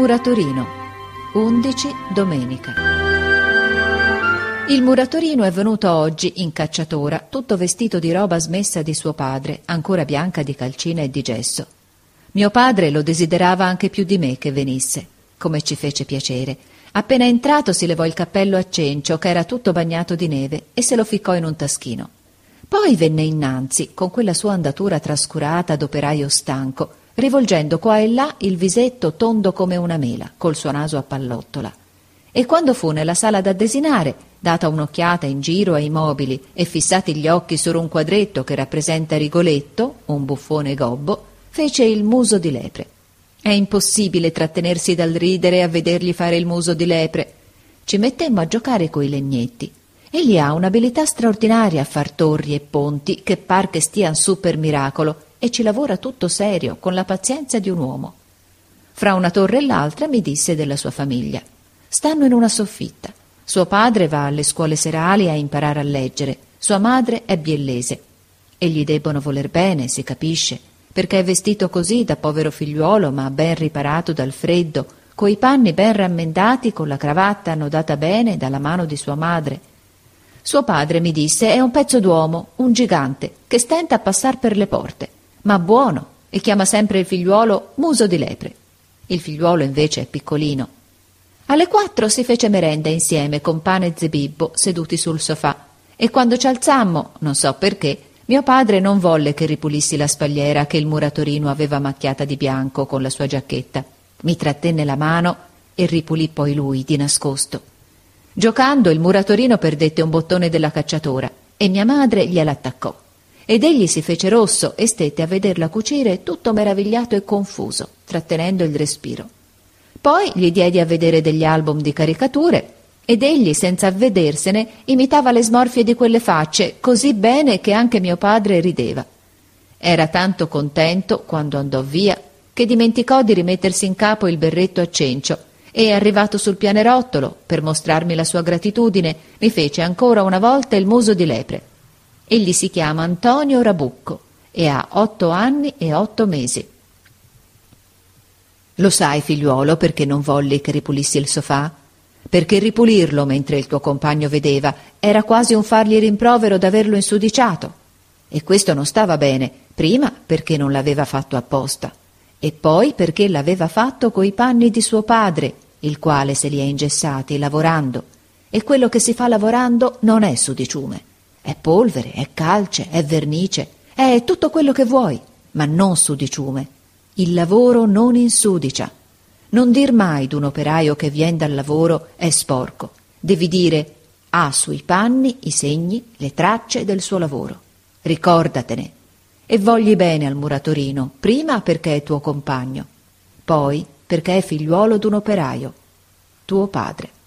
muratorino. 11 domenica. Il muratorino è venuto oggi in cacciatora, tutto vestito di roba smessa di suo padre, ancora bianca di calcina e di gesso. Mio padre lo desiderava anche più di me che venisse, come ci fece piacere. Appena entrato si levò il cappello a cencio, che era tutto bagnato di neve, e se lo ficcò in un taschino. Poi venne innanzi, con quella sua andatura trascurata d'operaio stanco, rivolgendo qua e là il visetto tondo come una mela, col suo naso a pallottola. E quando fu nella sala da desinare, data un'occhiata in giro ai mobili e fissati gli occhi su un quadretto che rappresenta Rigoletto, un buffone gobbo, fece il muso di lepre. È impossibile trattenersi dal ridere a vedergli fare il muso di lepre. Ci mettemmo a giocare coi legnetti. Egli ha un'abilità straordinaria a far torri e ponti che par che stian su per miracolo, e ci lavora tutto serio, con la pazienza di un uomo. Fra una torre e l'altra mi disse della sua famiglia. Stanno in una soffitta. Suo padre va alle scuole serali a imparare a leggere, sua madre è biellese. E gli debbono voler bene, si capisce, perché è vestito così da povero figliuolo, ma ben riparato dal freddo, coi panni ben rammendati, con la cravatta annodata bene dalla mano di sua madre. Suo padre, mi disse, è un pezzo d'uomo, un gigante, che stenta a passar per le porte, ma buono, e chiama sempre il figliuolo muso di lepre. Il figliuolo invece è piccolino. Alle 4 si fece merenda insieme con pane e zebibbo seduti sul sofà, e quando ci alzammo, non so perché, mio padre non volle che ripulissi la spalliera che il muratorino aveva macchiata di bianco con la sua giacchetta. Mi trattenne la mano e ripulì poi lui di nascosto. Giocando il muratorino perdette un bottone della cacciatora e mia madre gliel'attaccò. Ed egli si fece rosso e stette a vederla cucire tutto meravigliato e confuso, trattenendo il respiro. Poi gli diedi a vedere degli album di caricature ed egli, senza avvedersene, imitava le smorfie di quelle facce così bene che anche mio padre rideva. Era tanto contento quando andò via che dimenticò di rimettersi in capo il berretto a cencio e, arrivato sul pianerottolo, per mostrarmi la sua gratitudine, mi fece ancora una volta il muso di lepre. Egli si chiama Antonio Rabucco e ha 8 anni e 8 mesi. Lo sai, figliuolo, perché non volli che ripulissi il sofà? Perché ripulirlo mentre il tuo compagno vedeva era quasi un fargli rimprovero d'averlo insudiciato. E questo non stava bene, prima perché non l'aveva fatto apposta, e poi perché l'aveva fatto coi panni di suo padre, il quale se li è ingessati lavorando, e quello che si fa lavorando non è sudiciume. È polvere, è calce, è vernice, è tutto quello che vuoi, ma non sudiciume. Il lavoro non insudicia. Non dir mai d'un operaio che vien dal lavoro è sporco. Devi dire ha sui panni i segni, le tracce del suo lavoro. Ricordatene. E vogli bene al muratorino, prima perché è tuo compagno, poi perché è figliuolo d'un operaio, tuo padre.